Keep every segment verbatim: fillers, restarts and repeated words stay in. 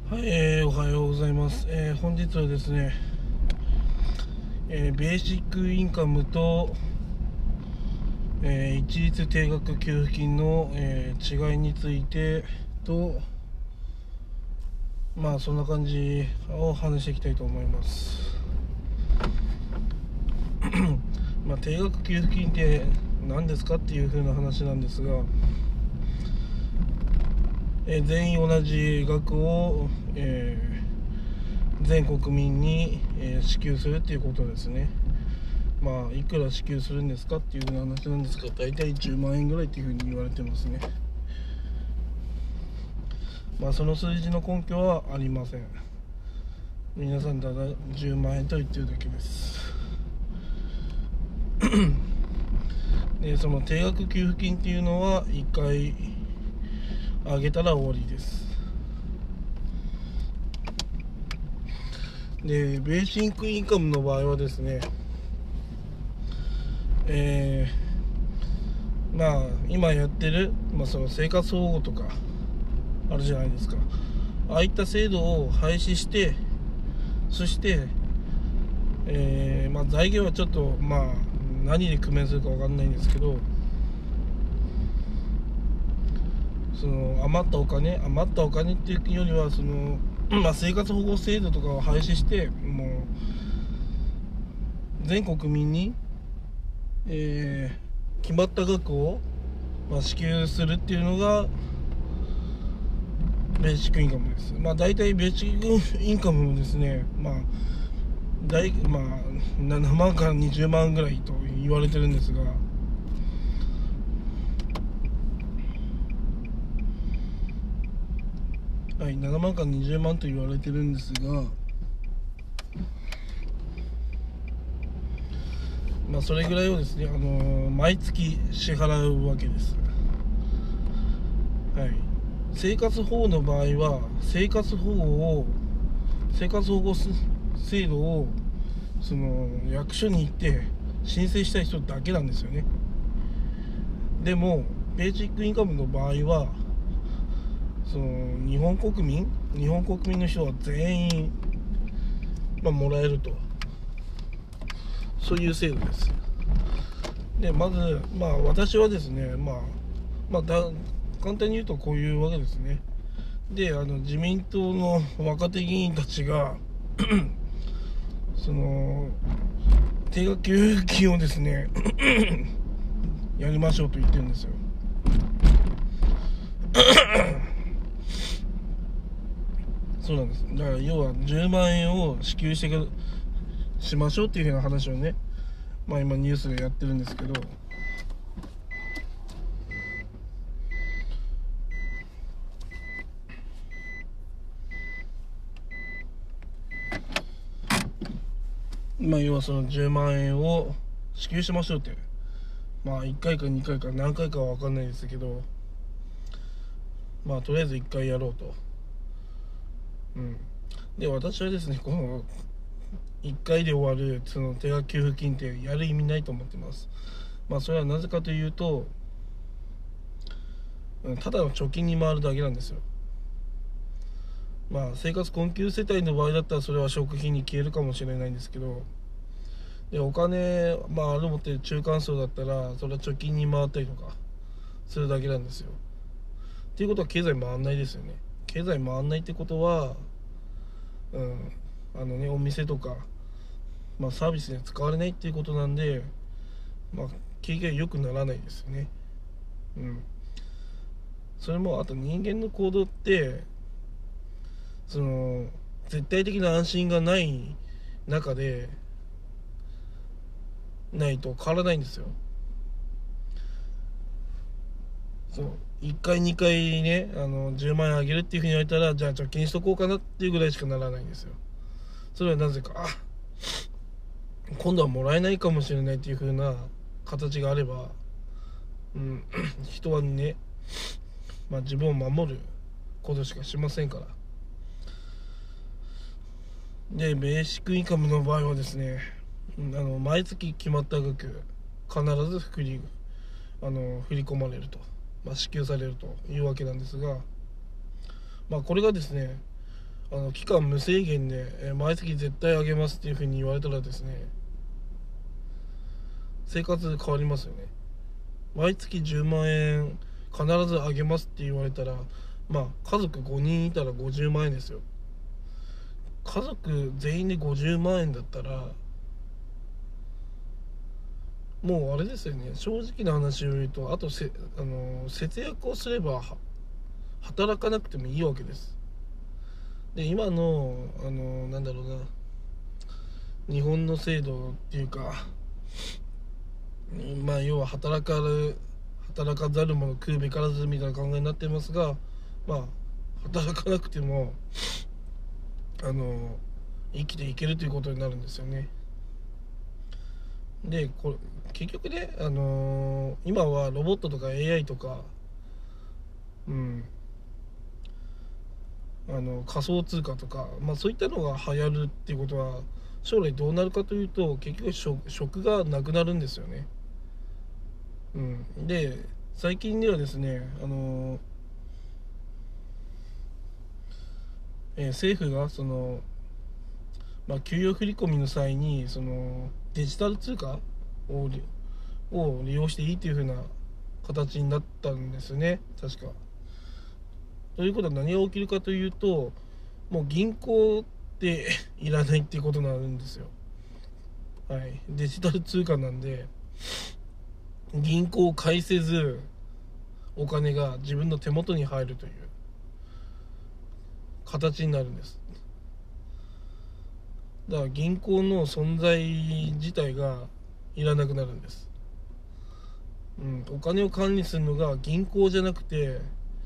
はい、えーおはようございます。えー本日はですね、えーベーシックインカムと、えー一律定額給付金の、えー違いについてと、まあそんな感じを話していきたいと思います。まあ、定額給付金って何ですかっていう風な話なんですが、えー全員同じ額を、えー全国民に、えー支給するっていうことですね。まあいくら支給するんですかっていう話なんですが、大体じゅうまんえんぐらいっていうふうに言われてますね。まあその数字の根拠はありません。皆さんただじゅうまんえんと言ってるだけです。でその定額給付金っていうのはいっかいあげたら終わりです。でベーシックインカムの場合はですね、えー、まあ今やってる、まあ、その生活保護とかあるじゃないですか。ああいった制度を廃止して、そして、えーまあ、財源はちょっと、まあ、何で工面するか分かんないんですけど、その余ったお金余ったお金っていうよりはその、まあ、生活保護制度とかを廃止して、もう全国民に、えー決まった額を、まあ、支給するっていうのがベーシックインカムです。まあ大体ベーシックインカムもですね、まあ大まあななまんからにじゅうまんぐらいと言われてるんですが、はい、ななまんからにじゅうまんと言われてるんですが、まあそれぐらいをですね、あのー毎月支払うわけです。はい。生活保護の場合は生活保護を生活保護制度をその役所に行って申請したい人だけなんですよね。でもベーシックインカムの場合はその日本国民日本国民の人は全員、まあ、もらえると、そういう制度です。でまず、まあ、私はですね、まあまあ、だ簡単に言うとこういうわけですね。であの自民党の若手議員たちがその定額給付金をですねやりましょうと言ってるんですよ。そうなんです。だから要はじゅうまんえんを支給してくしましょうっていうふうな話をね、まあ今ニュースでやってるんですけど、まあ要はそのじゅうまんえんを支給しましょうって、まあいっかいかにかいか何回かは分かんないですけど、まあとりあえずいっかいやろうと。うん。で私はですね、このいっかいで終わるその定額給付金ってやる意味ないと思ってます。まあそれはなぜかというと、ただの貯金に回るだけなんですよ。まあ生活困窮世帯の場合だったらそれは食費に消えるかもしれないんですけど、でお金、まああるもって中間層だったらそれは貯金に回ったりとかするだけなんですよ。っていうことは経済回んないですよね。経済回んないってことは、うんあのね、お店とか、まあ、サービスに使われないっていうことなんで、まあ、景気が良くならないですよね。うん、それもあと人間の行動ってその絶対的な安心がない中でないと変わらないんですよ。そういっかいにかいね、あのじゅうまんえんあげるっていうふうに言われたら、じゃあ貯金しとこうかなっていうぐらいしかならないんですよ。それはなぜか、あ今度はもらえないかもしれないっていう風な形があれば、うん、人はね、まあ、自分を守ることしかしませんから。でベーシックインカムの場合はですね、あの毎月決まった額必ず振りあの振り込まれると、まあ、支給されるというわけなんですが、まあ、これがですねあの期間無制限で、えー毎月絶対あげますっていうふうに言われたらですね、生活変わりますよね。毎月じゅうまん円必ずあげますって言われたら、まあ家族ごにんいたらごじゅうまん円ですよ。家族全員でごじゅうまん円だったら、もうあれですよね、正直な話を言うと、あとせあの節約をすれば働かなくてもいいわけです。で今のあのなんだろうな、日本の制度っていうか、まあ要は働かる働かざる者食うべからずみたいな考えになってますが、まあ働かなくてもあの生きていけるということになるんですよね。でこれ結局ね、あのー今はロボットとか エーアイ とか、うん、あの仮想通貨とか、まあ、そういったのが流行るっていうことは、将来どうなるかというと、結局職職がなくなるんですよね。うん、で最近ではですね、あのーえー政府がその、まあ、給与振込の際にそのデジタル通貨を利を利用していいっていう風な形になったんですね、確か。ということは何が起きるかというと、もう銀行っていらないっていうことになるんですよ。はい、デジタル通貨なんで、銀行を介せずお金が自分の手元に入るという形になるんです。だから銀行の存在自体がいらなくなるんです。うん、お金を管理するのが銀行じゃなくて、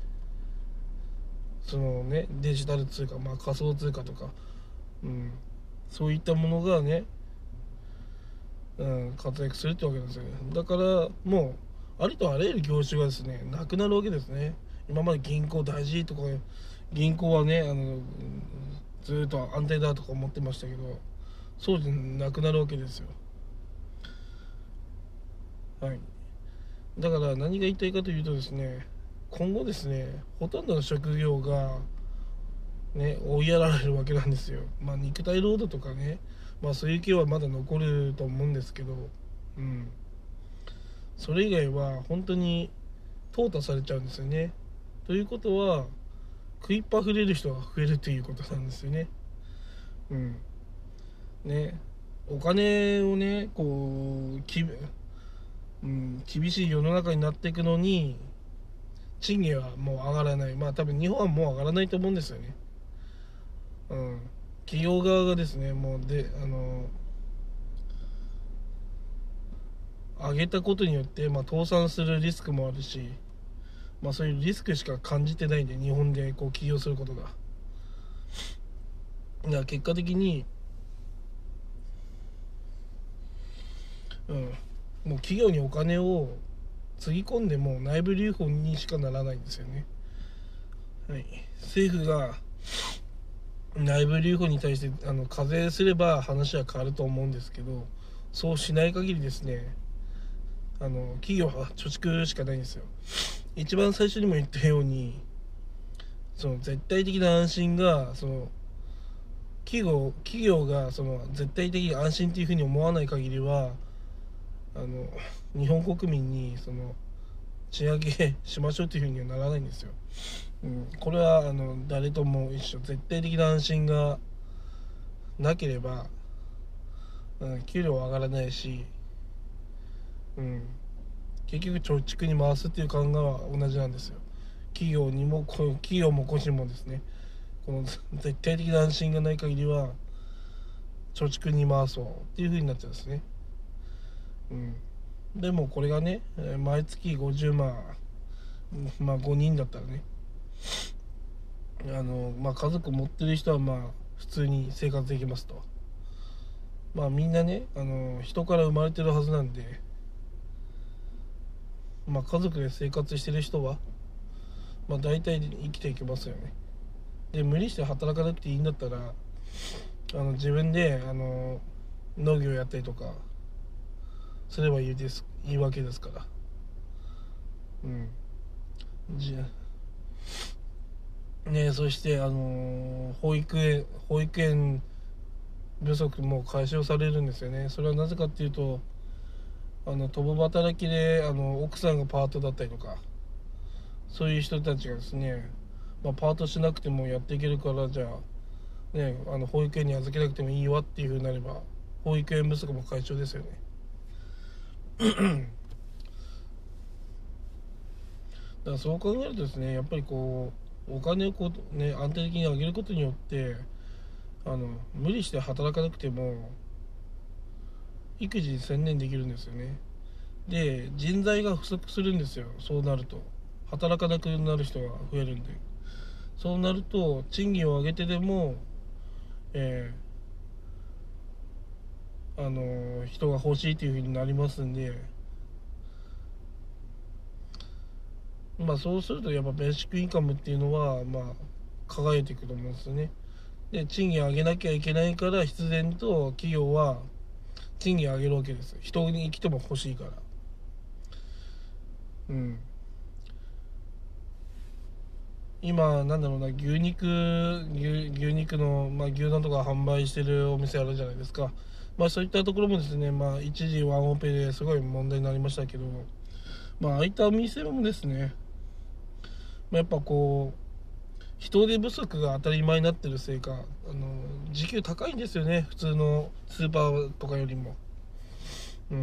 そのね、デジタル通貨、まあ、仮想通貨とか、うん、そういったものがね、うん、活躍するってわけですよね。だからもうありとあらゆる業種がですねなくなるわけですね。今まで銀行大事とか、銀行はね、あのずっと安定だとか思ってましたけど、そうじゃなくなるわけですよ。はい。だから何が言いたいかというとですね、今後ですね、ほとんどの職業がね追いやられるわけなんですよ。まあ肉体労働とかね、まあそういう系はまだ残ると思うんですけど、うん、それ以外は本当に淘汰されちゃうんですよね。ということは食いっぱふれる人が増えるということなんですよね。うん、ね、お金をねこうき、うん、厳しい世の中になっていくのに賃金はもう上がらない。まあ多分日本はもう上がらないと思うんですよね。うん、企業側がですね、もうであの上げたことによって、まあ、倒産するリスクもあるし、まあ、そういうリスクしか感じてないんで、日本でこう起業することが。だから結果的に、うん、もう企業にお金をつぎ込んでも内部留保にしかならないんですよね。はい、政府が内部留保に対してあの課税すれば話は変わると思うんですけど、そうしない限りですね、あの企業は貯蓄しかないんですよ。一番最初にも言ったように、その絶対的な安心がその企業企業がその絶対的に安心というふうに思わない限りは、あの日本国民にその賃上げしましょうというふうにはならないんですよ。うん、これはあの誰とも一緒、絶対的な安心がなければ、うん、給料は上がらないし、うん、結局貯蓄に回すっていう考えは同じなんですよ。企業にも企業も個人もですね、この絶対的な安心がない限りは貯蓄に回そうっていう風になっちゃうんですね。うん、でもこれがね、毎月ごじゅうまん、まあごにんだったらね、あの、まあ、家族持ってる人はまあ普通に生活できますと。まあみんなね、あの人から生まれてるはずなんで、まあ、家族で生活してる人は、まあ、大体生きていけますよね。で無理して働かなくていいんだったら、あの自分であの農業やったりとかすればいいですいいわけですから。うんじね、そしてあの保育園保育園不足も解消されるんですよね。それはなぜかっていうと、あの共働きであの奥さんがパートだったりとか、そういう人たちがですね、まあ、パートしなくてもやっていけるから、じゃあ、ね、あの保育園に預けなくてもいいわっていう風になれば、保育園不足も解消ですよね。だからそう考えるとですね、やっぱりこうお金をこう、ね、安定的に上げることによって、あの無理して働かなくても育児に専念できるんですよね。で、人材が不足するんですよ。そうなると働かなくなる人が増えるんで、そうなると賃金を上げてでも、えー、あの人が欲しいという風になりますんで、まあそうするとやっぱベーシックインカムっていうのはまあ輝いていくと思うんですよね。で、賃金上げなきゃいけないから必然と企業は賃金上げるわけです。人に来ても欲しいから。うん。今なんだろうな、牛肉牛牛肉の、まあ、牛丼とか販売してるお店あるじゃないですか。まあそういったところもですね、まあ一時ワンオペですごい問題になりましたけど、まあああいったお店もですね、まあ、やっぱこう人手不足が当たり前になってるせいか、あの時給高いんですよね、普通のスーパーとかよりも。うん、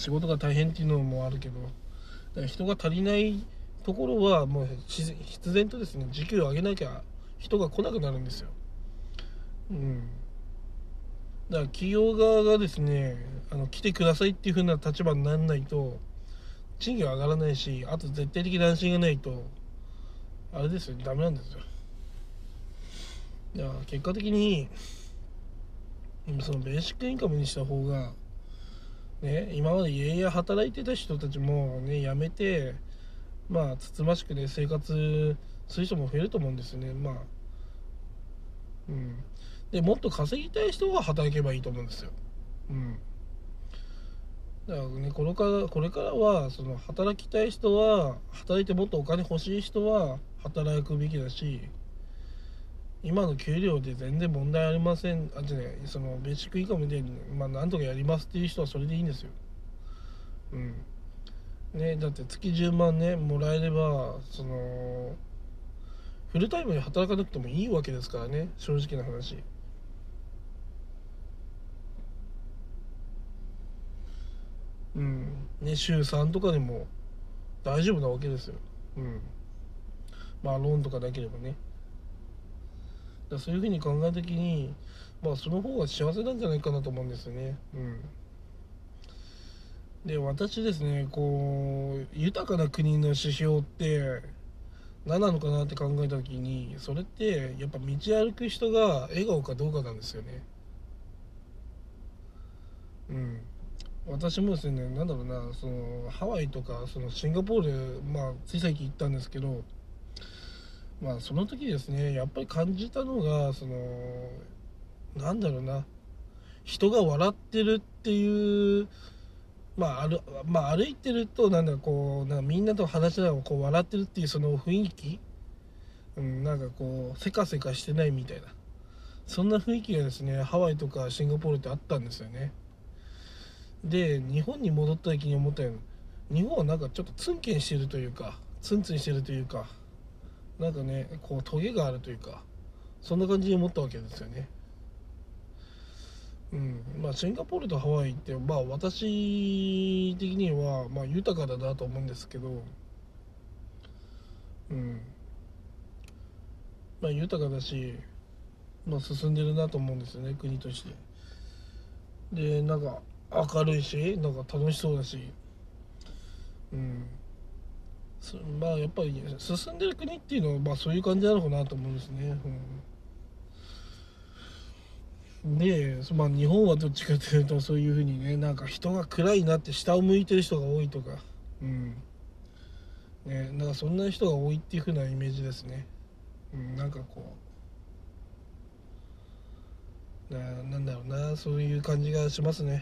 仕事が大変っていうのもあるけど、だから人が足りないところはもう必然とですね、時給を上げなきゃ人が来なくなるんですよ。うん、だから企業側がですね、あの来てくださいっていう風な立場にならないと賃金は上がらないし、あと絶対的な安心がないとあれですよ、ダメなんですよ。だから結果的にそのベーシックインカムにした方がね、今まで家々働いてた人たちもね辞めて、まあつつましくね生活する人も増えると思うんですよね。まあ、うん、でもっと稼ぎたい人は働けばいいと思うんですよ。うん、だからね、これからこれからはその働きたい人は働いて、もっとお金欲しい人は働くべきだし、今の給料で全然問題ありません、あじゃねそのベーシックインカムで、まあ、なんとかやりますっていう人はそれでいいんですよ。うんね、だって月じゅうまんねもらえれば、そのフルタイムで働かなくてもいいわけですからね、正直な話。うんね、週さんとかでも大丈夫なわけですよ。うん、まあローンとかなければね。だからそういうふうに考えた時に、まあその方が幸せなんじゃないかなと思うんですよね。うん、で、私ですね、こう豊かな国の指標って何なのかなって考えた時に、それってやっぱ道歩く人が笑顔かどうかなんですよね。うん、私もですね、なんだろうな、そのハワイとかそのシンガポール、まあ、つい最近行ったんですけど、まあ、その時ですね、やっぱり感じたのが、そのなんだろうな、人が笑ってるっていう、まあ、歩まあ、歩いてると、なんだこう、なんかみんなと話しながらこう笑ってるっていうその雰囲気、うん、なんかこう、せかせかしてないみたいな、そんな雰囲気がですね、ハワイとかシンガポールってあったんですよね。で、日本に戻った時に思ったように、日本はなんかちょっとツンケンしてるというか、ツンツンしてるというか、なんかね、こうトゲがあるというか、そんな感じに思ったわけですよね。うん、まあシンガポールとハワイって、まあ私的にはまあ豊かだなと思うんですけど、うん、まあ豊かだし、まあ進んでるなと思うんですよね、国として。で、なんか明るいし、なんか楽しそうだし、うん、まあやっぱり進んでる国っていうのはまあそういう感じなのかなと思うんですね。うん、で、まあ、日本はどっちかというとそういうふうにね、なんか人が暗いなって下を向いてる人が多いとか、うんね、なんかそんな人が多いっていうふうなイメージですね。うん、なんかこうな、なんだろうな、そういう感じがしますね。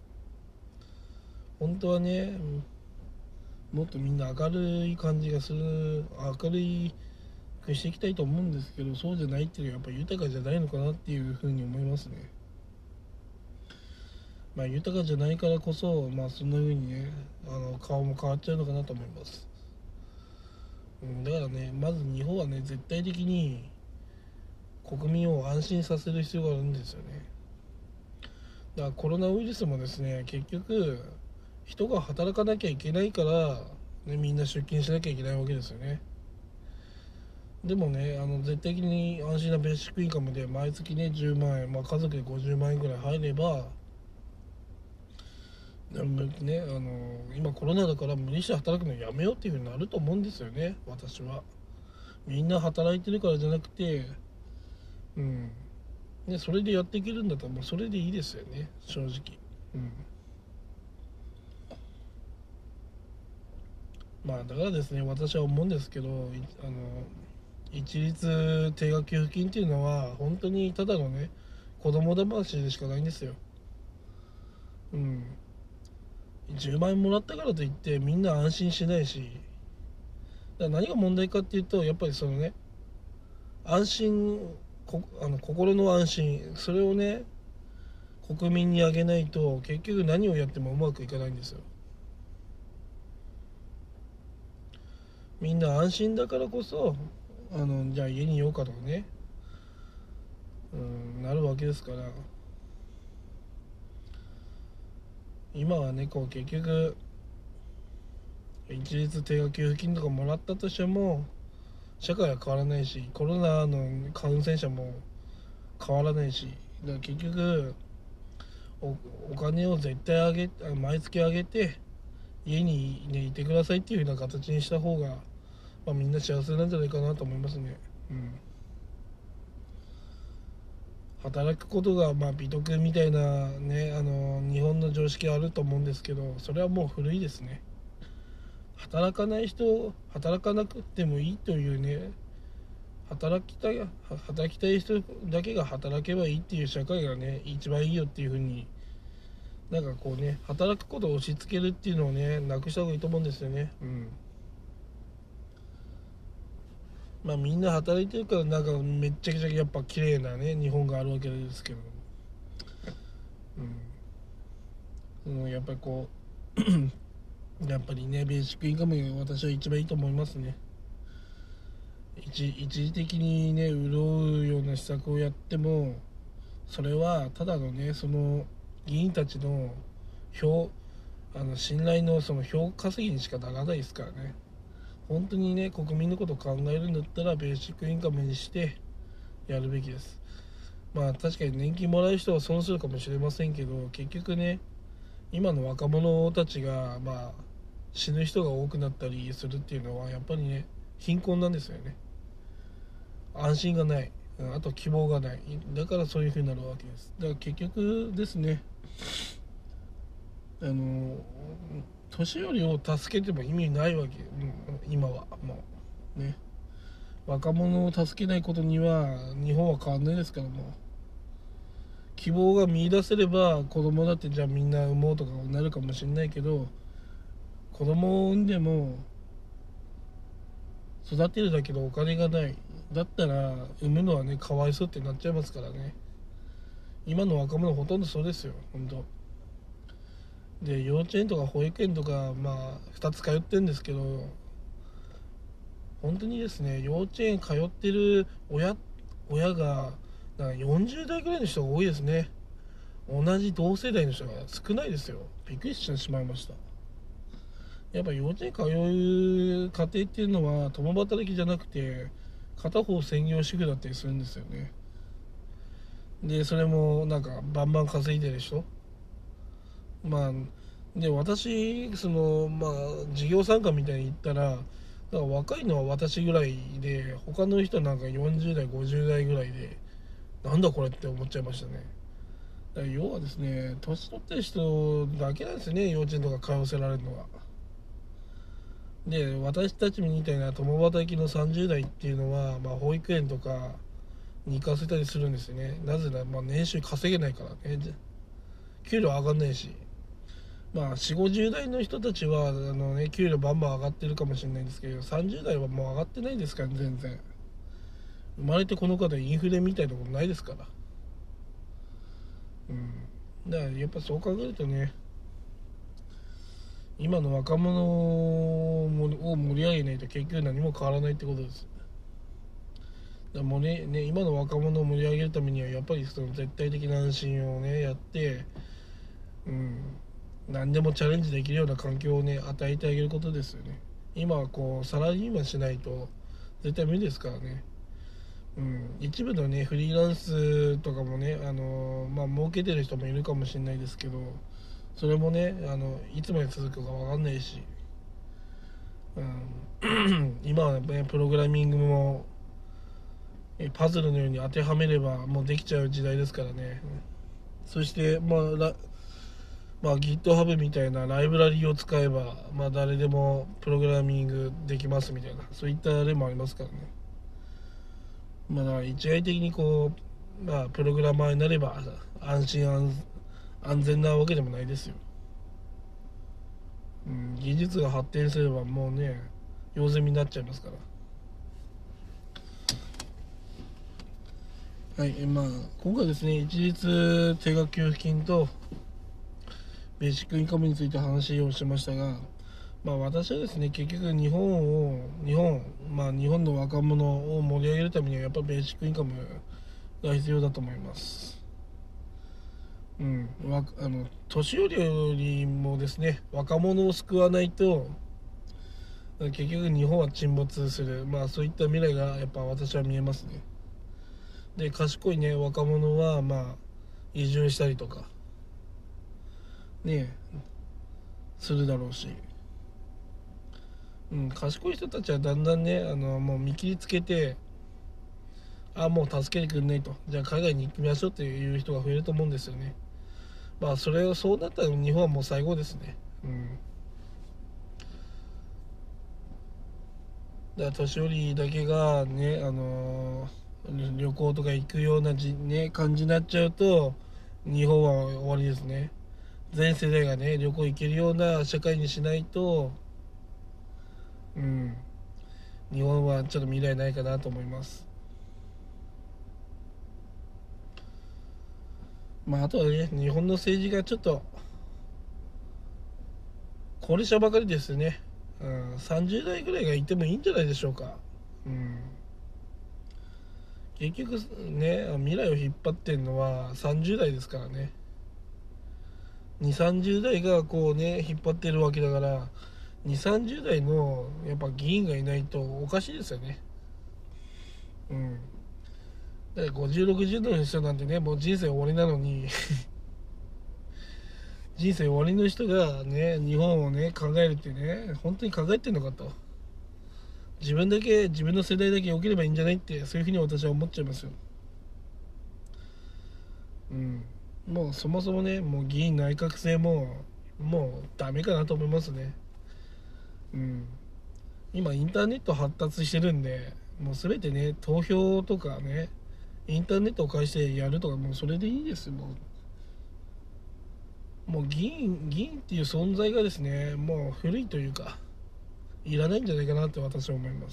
本当はね、もっとみんな明るい感じがする、明るい福していきたいと思うんですけど、そうじゃないっていうのはやっぱり豊かじゃないのかなっていうふうに思いますね。まあ豊かじゃないからこそ、まあそんな風にね、あの顔も変わっちゃうのかなと思います。うん、だからね、まず日本はね、絶対的に国民を安心させる必要があるんですよね。だからコロナウイルスもですね、結局人が働かなきゃいけないから、ね、みんな出勤しなきゃいけないわけですよね。でもね、あの絶対的に安心なベーシックインカムで毎月ねじゅうまん円、まあ、家族でごじゅうまん円ぐらい入れば、でもね、あの今コロナだから無理して働くのやめようっていうふうになると思うんですよね、私は。みんな働いてるからじゃなくて、うん、ね、それでやっていけるんだったらもうそれでいいですよね、正直。うん、まあだからですね、私は思うんですけど、あの一律定額給付金っていうのは本当にただのね子供騙しでしかないんですよ。うん、じゅうまん円もらったからといってみんな安心しないし、だから何が問題かっていうと、やっぱりそのね、安心、こあの心の安心、それをね国民にあげないと結局何をやってもうまくいかないんですよ。みんな安心だからこそ、あのじゃあ家にいようかとかね、うん、なるわけですから。今はねこう結局一律定額給付金とかもらったとしても社会は変わらないし、コロナの感染者も変わらないし、だから結局 お, お金を絶対あげ毎月あげて家に、ね、いてくださいっていう風な形にした方が、まあ、みんな幸せなんじゃないかなと思いますね。うん、働くことがまあ美徳みたいなね、あの日本の常識あると思うんですけど、それはもう古いですね。働かない人、働かなくてもいいというね、働きたい働きたい人だけが働けばいいっていう社会がね一番いいよっていう風に、なんかこうね働くことを押し付けるっていうのをねなくした方がいいと思うんですよね。うん、まあみんな働いてるからなんかめっちゃくちゃやっぱ綺麗なね日本があるわけですけど、うん、そのやっぱりこうやっぱりねベーシックインカムが私は一番いいと思いますね。一一時的にね潤うような施策をやっても、それはただのねその議員たちの票、あの信頼のその票稼ぎにしかならないですからね。本当にね国民のことを考えるんだったらベーシックインカムにしてやるべきです。まあ確かに年金もらう人は損するかもしれませんけど、結局ね今の若者たちがまあ死ぬ人が多くなったりするっていうのはやっぱりね貧困なんですよね。安心がない、あと希望がない、だからそういう風になるわけです。だから結局ですね、あの年寄りを助けても意味ないわけ、今はもうね、若者を助けないことには日本は変わんないですから。もう希望が見出せれば子供だってじゃあみんな産もうとかなるかもしれないけど、子供を産んでも育てるだけのお金がない、だったら産むのはねかわいそうってなっちゃいますからね。今の若者ほとんどそうですよ本当で。幼稚園とか保育園とかまあふたつ通ってるんですけど、本当にですね幼稚園通ってる親親がなんかよんじゅう代ぐらいの人が多いですね。同じ同世代の人が少ないですよ。びっくりしてしまいました。やっぱ幼稚園通う家庭っていうのは共働きじゃなくて片方専業主婦だったりするんですよね。でそれもなんかバンバン稼いでる人、まあで私そのまあ事業参加みたいに言ったら、だから若いのは私ぐらいで他の人なんかよんじゅう代ごじゅう代ぐらいで、なんだこれって思っちゃいましたね。だから要はですね年取ってる人だけなんですよね、幼稚園とか通わせられるのは。で私たちみたいな共働きのさんじゅう代っていうのは、まあ、保育園とかに行かせたりするんですよね。なぜなら、まあ、年収稼げないからね、給料上がんないし。まあよんじゅうごじゅう代の人たちはあの、ね、給料バンバン上がってるかもしれないんですけど、さんじゅう代はもう上がってないですから、ね、全然。 生まれてこの方インフレみたいなことないですから。うん、だからやっぱそう考えるとね、今の若者を盛り上げないと結局何も変わらないってことです。だもうね、ね、今の若者を盛り上げるためにはやっぱりその絶対的な安心をねやって、うん、何でもチャレンジできるような環境をね与えてあげることですよね。今はこうサラリーマンしないと絶対無理ですからね。うん、一部のねフリーランスとかもね、あのまあ儲けてる人もいるかもしれないですけど、それもねあのいつまで続くか分かんないし、うん、今はねプログラミングもパズルのように当てはめればもうできちゃう時代ですからね。そしてまあラまあ、GitHub みたいなライブラリーを使えば、まあ、誰でもプログラミングできますみたいな、そういった例もありますからね。まあ、だから一概的にこう、まあ、プログラマーになれば安心安安全なわけでもないですよ。うん、技術が発展すればもうね用済みになっちゃいますから。はい、まあ今回ですね、一律定額給付金とベーシックインカムについて話をしましたが、まあ、私はですね結局日本を日本まあ日本の若者を盛り上げるためにはやっぱベーシックインカムが必要だと思います。うん、わあの年寄りよりもですね若者を救わないと結局日本は沈没する、まあそういった未来がやっぱ私は見えますね。で賢いね若者はまあ移住したりとかねするだろうし、うん、賢い人たちはだんだんねあのもう見切りつけて、あもう助けてくれないと、じゃあ海外に行きましょうっていう人が増えると思うんですよね。まあそれをそうなったら日本はもう最後ですね。うん、だから年寄りだけがねあのー、旅行とか行くようなじ、ね、感じになっちゃうと日本は終わりですね。全世代がね旅行行けるような社会にしないと、うん、日本はちょっと未来ないかなと思います。まああとはね日本の政治がちょっと高齢者ばかりですね。うん、さんじゅう代ぐらいがいてもいいんじゃないでしょうか。うん、結局ね未来を引っ張ってるのはさんじゅう代ですからね。に、さんじゅう代がこうね引っ張ってるわけだから、に、さんじゅう代のやっぱ議員がいないとおかしいですよね。うん。だからごじゅう、ろくじゅう代の人なんてねもう人生終わりなのに人生終わりの人がね日本をね考えるってね本当に考えてんのかと。自分だけ自分の世代だけ良ければいいんじゃないってそういうふうに私は思っちゃいますよ。うん。もうそもそもねもう議員内閣制ももうダメかなと思いますね。うん。今インターネット発達してるんでもう全てね投票とかねインターネットを介してやるとかもうそれでいいですよ。もうもう議員議員っていう存在がですねもう古いというかいらないんじゃないかなって私は思います。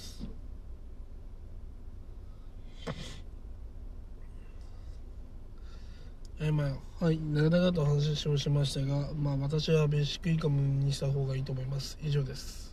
えまあはい長々と話をしましたが、まあ、私はベーシックインカムにした方がいいと思います。以上です。